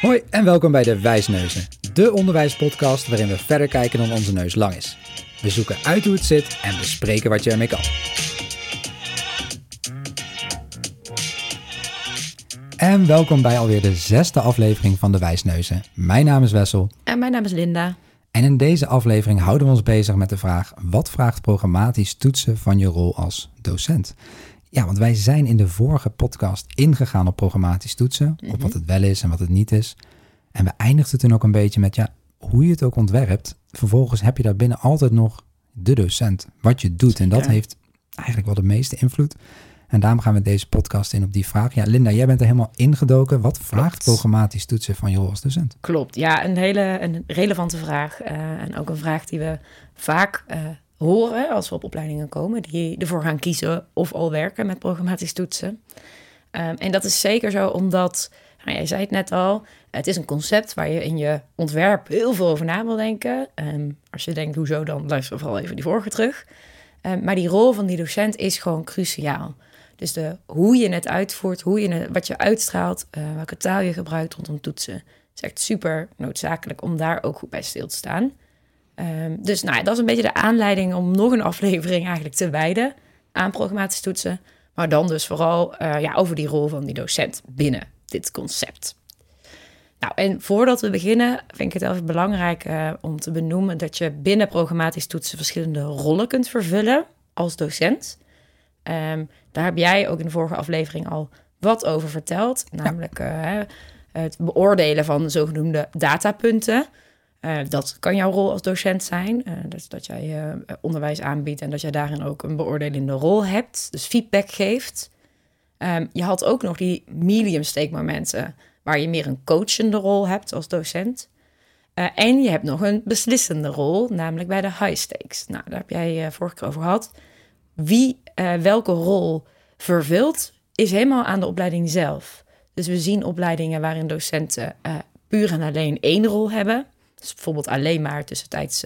Hoi en welkom bij de Wijsneuzen, de onderwijspodcast waarin we verder kijken dan onze neus lang is. We zoeken uit hoe het zit en bespreken wat je ermee kan. En welkom bij alweer de 6e aflevering van de Wijsneuzen. Mijn naam is Wessel. En mijn naam is Linda. En in deze aflevering houden we ons bezig met de vraag: wat vraagt programmatisch toetsen van je rol als docent? Ja, want wij zijn in de vorige podcast ingegaan op programmatisch toetsen, op wat het wel is en wat het niet is. En we eindigden toen ook een beetje met, hoe je het ook ontwerpt, vervolgens heb je daarbinnen altijd nog de docent, wat je doet. En dat heeft eigenlijk wel de meeste invloed. En daarom gaan we deze podcast in op die vraag. Ja, Linda, jij bent er helemaal ingedoken. Wat vraagt programmatisch toetsen van je rol als docent? Klopt, ja, een relevante vraag. En ook een vraag die we vaak horen als we op opleidingen komen, die ervoor gaan kiezen of al werken met programmatisch toetsen. En dat is zeker zo omdat, jij zei het net al, het is een concept waar je in je ontwerp heel veel over na wil denken. Als je denkt, hoezo, dan luister vooral even die vorige terug. Maar die rol van die docent is gewoon cruciaal. Dus hoe je het uitvoert, wat je uitstraalt, welke taal je gebruikt rondom toetsen, is echt super noodzakelijk om daar ook goed bij stil te staan. Dus dat is een beetje de aanleiding om nog een aflevering eigenlijk te wijden aan programmatisch toetsen. Maar dan dus vooral over die rol van die docent binnen dit concept. Nou, en voordat we beginnen vind ik het even belangrijk om te benoemen dat je binnen programmatisch toetsen verschillende rollen kunt vervullen als docent. Daar heb jij ook in de vorige aflevering al wat over verteld. Namelijk het beoordelen van de zogenoemde datapunten. Dat kan jouw rol als docent zijn. Dus dat jij onderwijs aanbiedt en dat jij daarin ook een beoordelende rol hebt. Dus feedback geeft. Je had ook nog die medium stake momenten waar je meer een coachende rol hebt als docent. En je hebt nog een beslissende rol, namelijk bij de high stakes. Nou, daar heb jij vorige keer over gehad. Wie welke rol vervult, is helemaal aan de opleiding zelf. Dus we zien opleidingen waarin docenten puur en alleen één rol hebben. Dus bijvoorbeeld alleen maar tussentijds,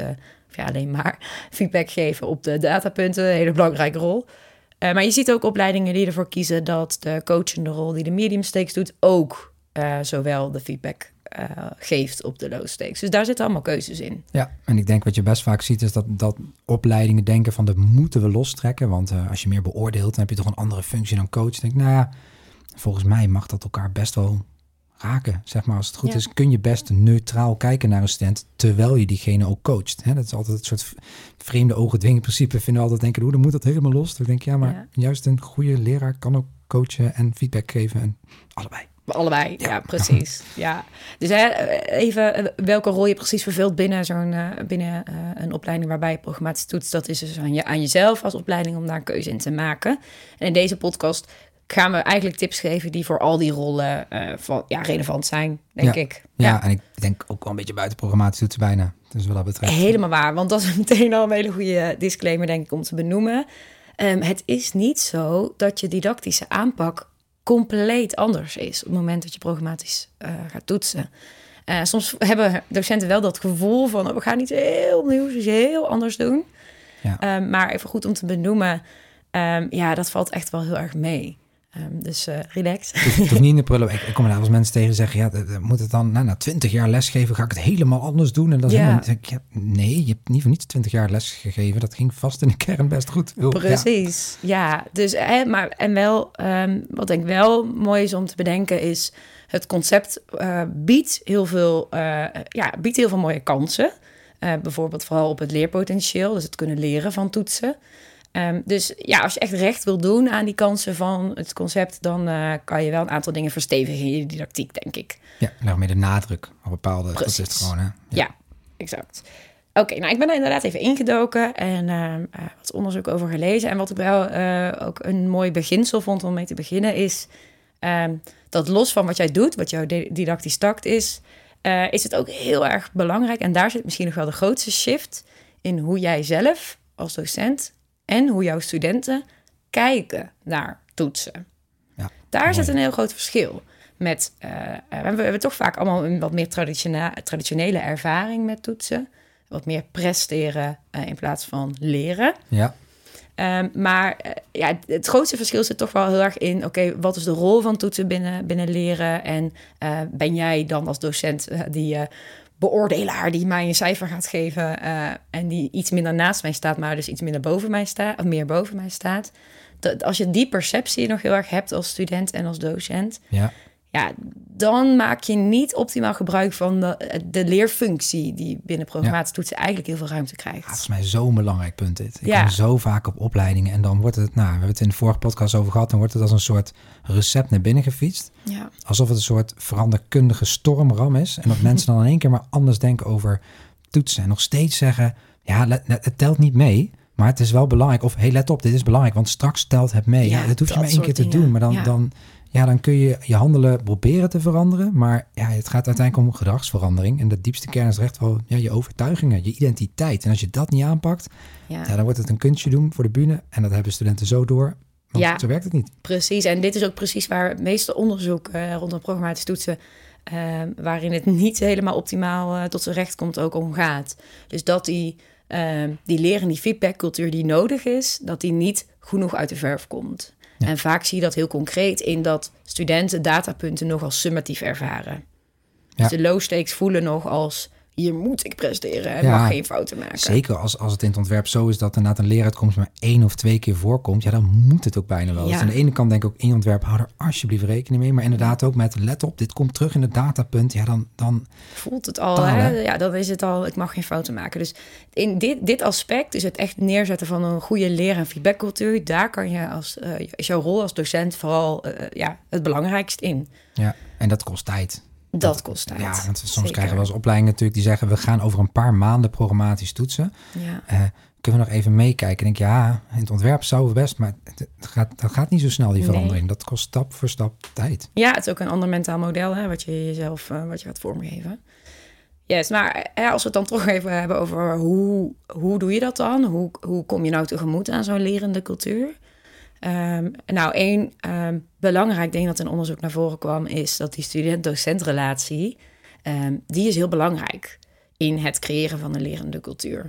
feedback geven op de datapunten, een hele belangrijke rol. Maar je ziet ook opleidingen die ervoor kiezen dat de coachende rol die de medium stakes doet, ook zowel de feedback geeft op de low stakes. Dus daar zitten allemaal keuzes in. Ja, en ik denk wat je best vaak ziet is dat opleidingen denken van dat moeten we lostrekken. Want als je meer beoordeelt, dan heb je toch een andere functie dan coach. Dan denk ik, volgens mij mag dat elkaar best wel raken. Zeg maar, als het goed is, kun je best neutraal kijken naar een student terwijl je diegene ook coacht. Hè? Dat is altijd het soort vreemde ogen dwingen principe. Vinden we altijd denken, dan moet dat helemaal los. Dan denk ik, juist een goede leraar kan ook coachen en feedback geven en allebei. Allebei, ja, precies. Ja. Dus even welke rol je precies vervult binnen een opleiding waarbij je programmatisch toetst. Dat is dus aan jezelf als opleiding om daar een keuze in te maken. En in deze podcast gaan we eigenlijk tips geven die voor al die rollen relevant zijn, denk ik. Ja, en ik denk ook wel een beetje buiten programmatisch toetsen bijna. Dus wat dat betreft. Helemaal waar, want dat is meteen al een hele goede disclaimer, denk ik, om te benoemen. Het is niet zo dat je didactische aanpak compleet anders is op het moment dat je programmatisch gaat toetsen. Soms hebben docenten wel dat gevoel van, we gaan iets heel nieuws, iets heel anders doen. Ja. Maar even goed om te benoemen, dat valt echt wel heel erg mee. Dus relax. Het hoeft niet in de prullen. Ik kom daar als mensen tegen zeggen, moet het dan na 20 jaar lesgeven, ga ik het helemaal anders doen? En dat is helemaal, nee, je hebt niet voor niets 20 jaar les gegeven. Dat ging vast in de kern best goed. Precies, ja. Dus, wat denk ik wel mooi is om te bedenken is, het concept biedt heel veel mooie kansen. Bijvoorbeeld vooral op het leerpotentieel, dus het kunnen leren van toetsen. Dus als je echt recht wil doen aan die kansen van het concept, dan kan je wel een aantal dingen verstevigen in je didactiek, denk ik. Ja, leg meer de nadruk op bepaalde. Precies. Dat is het gewoon, hè? Ja, exact. Oké, ik ben er inderdaad even ingedoken en wat onderzoek over gelezen. En wat ik wel ook een mooi beginsel vond om mee te beginnen is dat los van wat jij doet, wat jouw didactisch tact is het ook heel erg belangrijk. En daar zit misschien nog wel de grootste shift in hoe jij zelf als docent en hoe jouw studenten kijken naar toetsen. Ja, daar zit een heel groot verschil. We hebben toch vaak allemaal een wat meer traditionele ervaring met toetsen. Wat meer presteren in plaats van leren. Ja. Maar het grootste verschil zit toch wel heel erg in... oké, wat is de rol van toetsen binnen leren? En ben jij dan als docent die beoordelaar die mij een cijfer gaat geven... en die iets minder naast mij staat, maar dus iets minder boven mij staat... of meer boven mij staat... Als je die perceptie nog heel erg hebt als student en als docent... Ja, dan maak je niet optimaal gebruik van de leerfunctie... die binnen programmatietoetsen eigenlijk heel veel ruimte krijgt. Ja, dat is mij zo'n belangrijk punt dit. Ik kom zo vaak op opleidingen en dan wordt het... we hebben het in de vorige podcast over gehad... dan wordt het als een soort recept naar binnen gefietst. Ja. Alsof het een soort veranderkundige stormram is... en dat mensen dan in één keer maar anders denken over toetsen... en nog steeds zeggen, het telt niet mee... maar het is wel belangrijk. Of, let op, dit is belangrijk, want straks telt het mee. Ja, dat hoef je maar één keer te doen, maar dan kun je je handelen proberen te veranderen. Maar het gaat uiteindelijk om gedragsverandering. En de diepste kern is echt wel je overtuigingen, je identiteit. En als je dat niet aanpakt, dan wordt het een kunstje doen voor de bühne. En dat hebben studenten zo door. Want zo werkt het niet. Precies. En dit is ook precies waar het meeste onderzoek rondom programmatische toetsen... waarin het niet helemaal optimaal tot zijn recht komt, ook om gaat. Dus dat die leren, die feedbackcultuur die nodig is... dat die niet genoeg uit de verf komt. Ja. En vaak zie je dat heel concreet in dat studenten datapunten nog als summatief ervaren. Dus de low stakes voelen nog als... hier moet ik presteren en mag geen fouten maken. Zeker als het in het ontwerp zo is dat inderdaad een leeruitkomst maar 1 of 2 keer voorkomt. Ja, dan moet het ook bijna wel. Dus aan de ene kant denk ik ook in je ontwerp, hou er alsjeblieft rekening mee. Maar inderdaad ook met let op, dit komt terug in het datapunt. Ja, dan voelt het al. Hè? Ja, dan is het al, ik mag geen fouten maken. Dus in dit aspect is het echt neerzetten van een goede leer- en feedbackcultuur. Daar kan je is jouw rol als docent vooral het belangrijkst in. Ja, en dat kost tijd. Dat kost tijd. Ja, want soms krijgen we als opleidingen natuurlijk die zeggen... we gaan over een paar maanden programmatisch toetsen. Ja. Kunnen we nog even meekijken? Ik denk, in het ontwerp zou het best... maar dat gaat niet zo snel, die verandering. Dat kost stap voor stap tijd. Ja, het is ook een ander mentaal model... Hè, wat je jezelf gaat vormgeven. Yes, maar als we het dan toch even hebben over... hoe doe je dat dan? Hoe kom je nou tegemoet aan zo'n lerende cultuur? Belangrijk ding dat in onderzoek naar voren kwam... is dat die student-docent-relatie... die is heel belangrijk in het creëren van een lerende cultuur.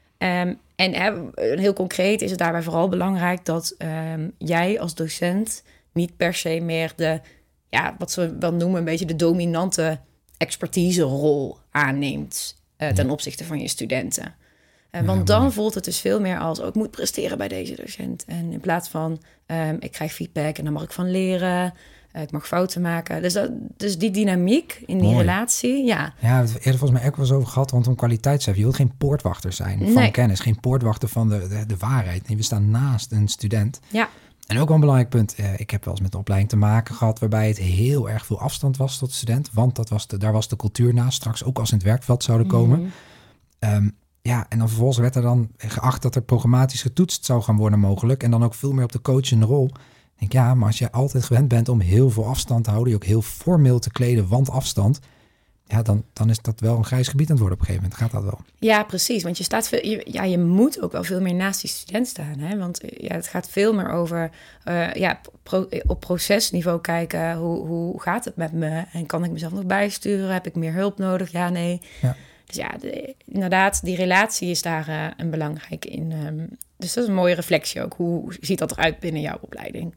Heel concreet is het daarbij vooral belangrijk... dat jij als docent niet per se meer wat ze wel noemen... een beetje de dominante expertise-rol aanneemt... ten opzichte van je studenten. Want dan voelt het dus veel meer als... ik moet presteren bij deze docent. En in plaats van, ik krijg feedback en daar mag ik van leren. Ik mag fouten maken. Dus die dynamiek in die relatie, Ja, we hebben het eerder volgens mij ook wel eens over gehad... rondom kwaliteitshef. Je wilt geen poortwachter zijn van kennis. Geen poortwachter van de waarheid. Nee, we staan naast een student. Ja. En ook wel een belangrijk punt. Ik heb wel eens met de opleiding te maken gehad... waarbij het heel erg veel afstand was tot de student. Want daar was de cultuur naast. Straks ook als in het werkveld zouden komen... en dan vervolgens werd er dan geacht dat er programmatisch getoetst zou gaan worden mogelijk. En dan ook veel meer op de coachende rol. Ik denk, maar als je altijd gewend bent om heel veel afstand te houden... je ook heel formeel te kleden, want afstand... dan is dat wel een grijs gebied aan het worden op een gegeven moment. Gaat dat wel? Ja, precies. Want je moet ook wel veel meer naast die student staan. Hè? Want het gaat veel meer over op procesniveau kijken... Hoe gaat het met me? En kan ik mezelf nog bijsturen? Heb ik meer hulp nodig? Ja, nee... Ja. Dus inderdaad, die relatie is daar een belangrijke in. Dus dat is een mooie reflectie ook. Hoe ziet dat eruit binnen jouw opleiding?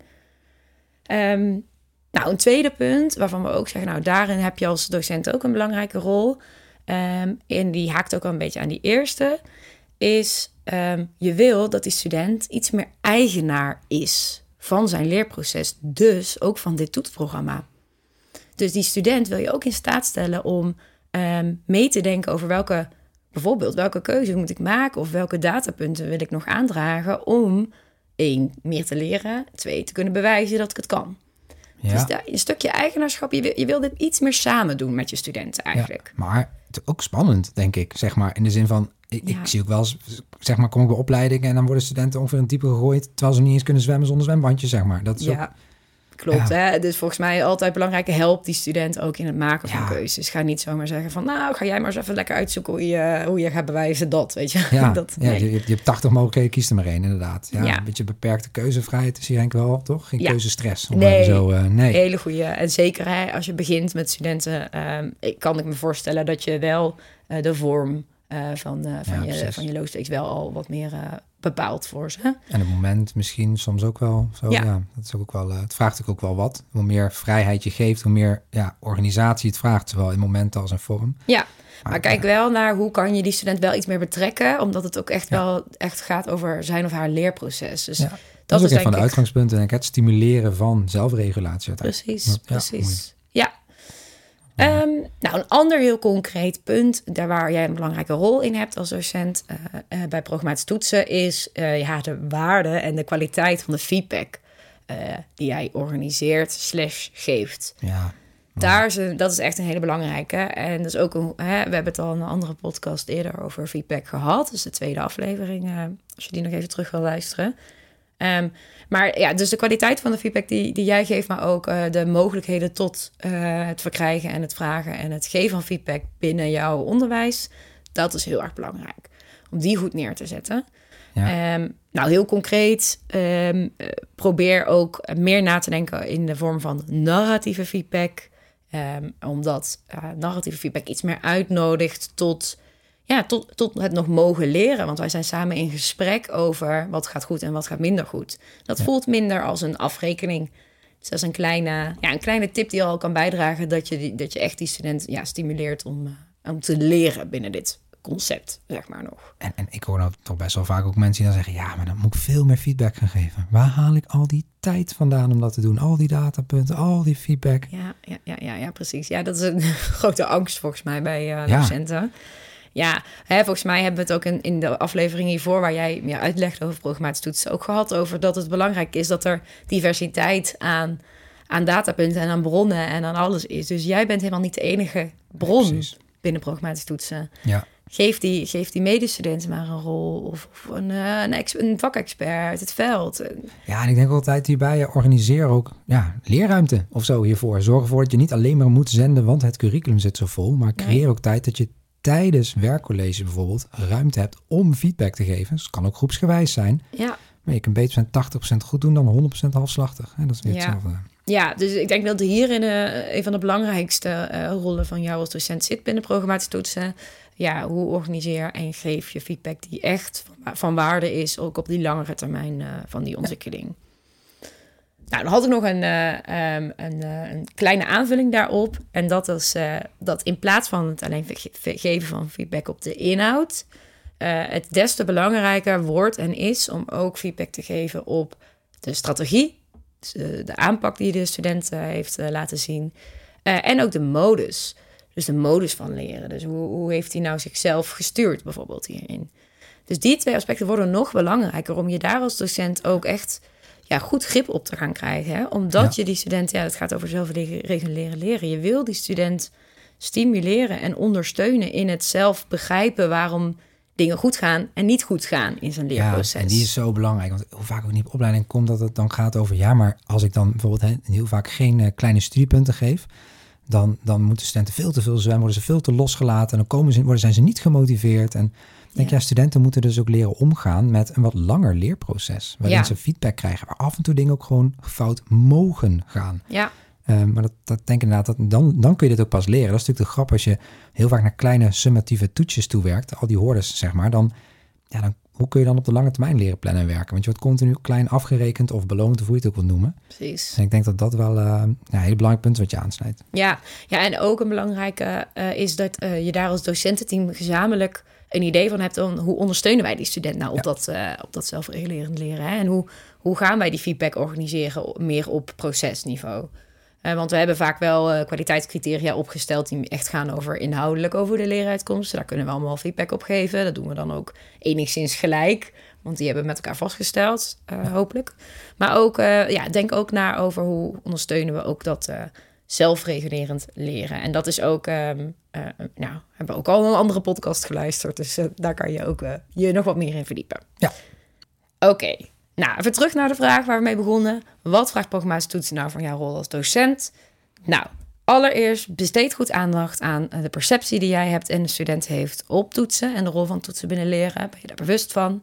Een tweede punt waarvan we ook zeggen... daarin heb je als docent ook een belangrijke rol. En die haakt ook wel een beetje aan die eerste. Is je wil dat die student iets meer eigenaar is van zijn leerproces. Dus ook van dit toetsprogramma. Dus die student wil je ook in staat stellen om... mee te denken over welke keuze moet ik maken... of welke datapunten wil ik nog aandragen... om 1, meer te leren... 2, te kunnen bewijzen dat ik het kan. Ja. Dus een stukje eigenaarschap... Je wil dit iets meer samen doen met je studenten eigenlijk. Ja, maar het is ook spannend, denk ik, zeg maar. In de zin van, ik zie ook wel eens... zeg maar, kom ik bij opleidingen... en dan worden studenten ongeveer een type gegooid... terwijl ze niet eens kunnen zwemmen zonder zwembandje, zeg maar. Dat is ook... Klopt, hè? Dus volgens mij altijd belangrijk... help die student ook in het maken van keuzes. Ga niet zomaar zeggen van... ga jij maar eens even lekker uitzoeken... hoe je gaat bewijzen dat, weet je. Ja, je hebt 80 mogelijkheden, kies er maar één, inderdaad. Ja. Een beetje beperkte keuzevrijheid is hier denk ik wel, toch? Geen keuzestress. Hele goede. En zeker als je begint met studenten... kan ik me voorstellen dat je wel de vorm... van je loopstakes wel al wat meer bepaald voor ze. En het moment misschien soms ook wel zo. Ja, dat is ook wel. Het vraagt natuurlijk ook wel wat. Hoe meer vrijheid je geeft, hoe meer organisatie het vraagt, zowel in momenten als in vorm. Ja, maar kijk wel naar hoe kan je die student wel iets meer betrekken, omdat het ook echt wel echt gaat over zijn of haar leerproces. Dus dat is ook een van de uitgangspunten, denk ik, het stimuleren van zelfregulatie. Precies. Ja. Nou, een ander heel concreet punt, daar waar jij een belangrijke rol in hebt als docent bij programmatisch toetsen, is de waarde en de kwaliteit van de feedback die jij organiseert / geeft. Ja. Dat is echt een hele belangrijke. En dat is ook we hebben het al in een andere podcast eerder over feedback gehad. Dus de tweede aflevering, als je die nog even terug wil luisteren. Dus de kwaliteit van de feedback die jij geeft, maar ook de mogelijkheden tot het verkrijgen en het vragen en het geven van feedback binnen jouw onderwijs, dat is heel erg belangrijk. Om die goed neer te zetten. Ja. Heel concreet, probeer ook meer na te denken in de vorm van narratieve feedback. Omdat narratieve feedback iets meer uitnodigt tot het nog mogen leren. Want wij zijn samen in gesprek over wat gaat goed en wat gaat minder goed. Dat voelt minder als een afrekening. Dus dat is een kleine tip die al kan bijdragen dat je echt die student stimuleert om te leren binnen dit concept, zeg maar nog. En ik hoor nou toch best wel vaak ook mensen die dan zeggen, ja, maar dan moet ik veel meer feedback gaan geven. Waar haal ik al die tijd vandaan om dat te doen? Al die datapunten, al die feedback. Ja, precies. Ja, dat is een grote angst volgens mij bij docenten. Ja, volgens mij hebben we het ook in de aflevering hiervoor, waar jij meer uitlegt over programmatische toetsen, ook gehad over dat het belangrijk is dat er diversiteit aan datapunten en aan bronnen en aan alles is. Dus jij bent helemaal niet de enige bron binnen programmatische toetsen. Ja. Geef die medestudenten maar een rol of een vakexpert uit het veld. Ja, en ik denk altijd hierbij, organiseer ook leerruimte of zo hiervoor. Zorg ervoor dat je niet alleen maar moet zenden, want het curriculum zit zo vol, maar creëer ook tijd dat je tijdens werkcollege bijvoorbeeld ruimte hebt om feedback te geven. Dus het kan ook groepsgewijs zijn. Ja. Maar je kunt beter zijn 80% goed doen dan 100% halfslachtig. Dat is weer hetzelfde. Ja, dus ik denk dat hierin een van de belangrijkste rollen van jou als docent zit binnen programmatische toetsen. Ja, hoe organiseer en geef je feedback die echt van waarde is, ook op die langere termijn van die ontwikkeling. Nou, dan had ik nog een kleine aanvulling daarop. En dat is dat in plaats van het alleen geven van feedback op de inhoud, het des te belangrijker wordt en is om ook feedback te geven op de strategie, dus de aanpak die de student heeft laten zien, en ook de modus. Dus de modus van leren. Dus hoe heeft hij nou zichzelf gestuurd bijvoorbeeld hierin? Dus die twee aspecten worden nog belangrijker om je daar als docent ook echt goed grip op te gaan krijgen. Hè? Omdat je die student, het gaat over zelfreguleren leren. Je wil die student stimuleren en ondersteunen in het zelf begrijpen waarom dingen goed gaan en niet goed gaan in zijn leerproces. Ja, en die is zo belangrijk. Want hoe vaak ook niet op opleiding komt dat het dan gaat over, maar als ik dan bijvoorbeeld heel vaak geen kleine studiepunten geef, dan moeten studenten veel te veel zwemmen, worden ze veel te losgelaten en dan zijn ze niet gemotiveerd. En ik denk, studenten moeten dus ook leren omgaan met een wat langer leerproces, waarin ze feedback krijgen, waar af en toe dingen ook gewoon fout mogen gaan. Ja. Maar dat denk ik inderdaad, dan kun je dit ook pas leren. Dat is natuurlijk de grap als je heel vaak naar kleine summatieve toetsjes toewerkt, al die hordes, zeg maar, dan hoe kun je dan op de lange termijn leren plannen en werken? Want je wordt continu klein afgerekend of beloond, of hoe je het ook wilt noemen. Precies. En ik denk dat wel een hele belangrijk punt is wat je aansnijdt. Ja, en ook een belangrijke is dat je daar als docententeam gezamenlijk een idee van hebt van hoe ondersteunen wij die student nou op dat zelfregulerend leren. Hè? En hoe gaan wij die feedback organiseren meer op procesniveau? Want we hebben vaak wel kwaliteitscriteria opgesteld die echt gaan inhoudelijk over de leeruitkomsten. Daar kunnen we allemaal feedback op geven. Dat doen we dan ook enigszins gelijk, want die hebben we met elkaar vastgesteld, hopelijk. Maar ook, denk ook na over hoe ondersteunen we ook dat zelfregulerend leren. En dat is ook, hebben we ook al een andere podcast geluisterd, dus daar kan je ook je nog wat meer in verdiepen. Ja. Oké. Nou, even terug naar de vraag waar we mee begonnen. Wat vraagt programmatische toetsen nou van jouw rol als docent? Nou, allereerst besteed goed aandacht aan de perceptie die jij hebt en de student heeft op toetsen en de rol van toetsen binnen leren. Ben je daar bewust van?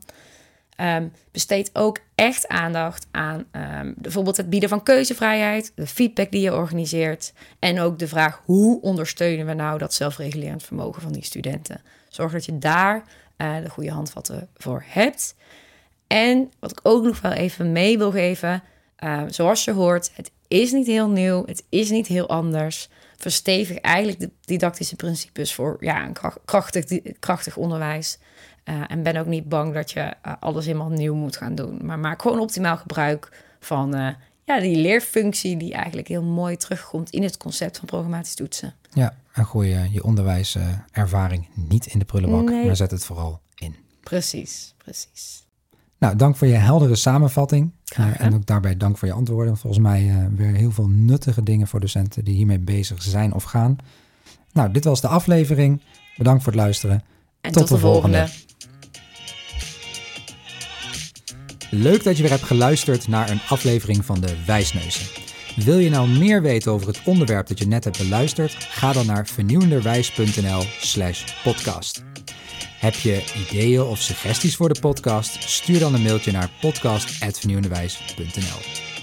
Besteed ook echt aandacht aan bijvoorbeeld het bieden van keuzevrijheid, de feedback die je organiseert en ook de vraag hoe ondersteunen we nou dat zelfregulerend vermogen van die studenten. Zorg dat je daar de goede handvatten voor hebt. En wat ik ook nog wel even mee wil geven, zoals je hoort, het is niet heel nieuw, het is niet heel anders. Verstevig eigenlijk de didactische principes voor een krachtig onderwijs. En ben ook niet bang dat je alles helemaal nieuw moet gaan doen. Maar maak gewoon optimaal gebruik van die leerfunctie die eigenlijk heel mooi terugkomt in het concept van programmatisch toetsen. Ja, en gooi je onderwijservaring niet in de prullenbak, maar zet het vooral in. Precies. Nou, dank voor je heldere samenvatting. En ook daarbij dank voor je antwoorden. Volgens mij weer heel veel nuttige dingen voor docenten die hiermee bezig zijn of gaan. Nou, dit was de aflevering. Bedankt voor het luisteren. En tot de volgende. Leuk dat je weer hebt geluisterd naar een aflevering van de Wijsneuzen. Wil je nou meer weten over het onderwerp dat je net hebt beluisterd? Ga dan naar vernieuwenderwijs.nl/podcast. Heb je ideeën of suggesties voor de podcast? Stuur dan een mailtje naar podcast@vernieuwenderwijs.nl.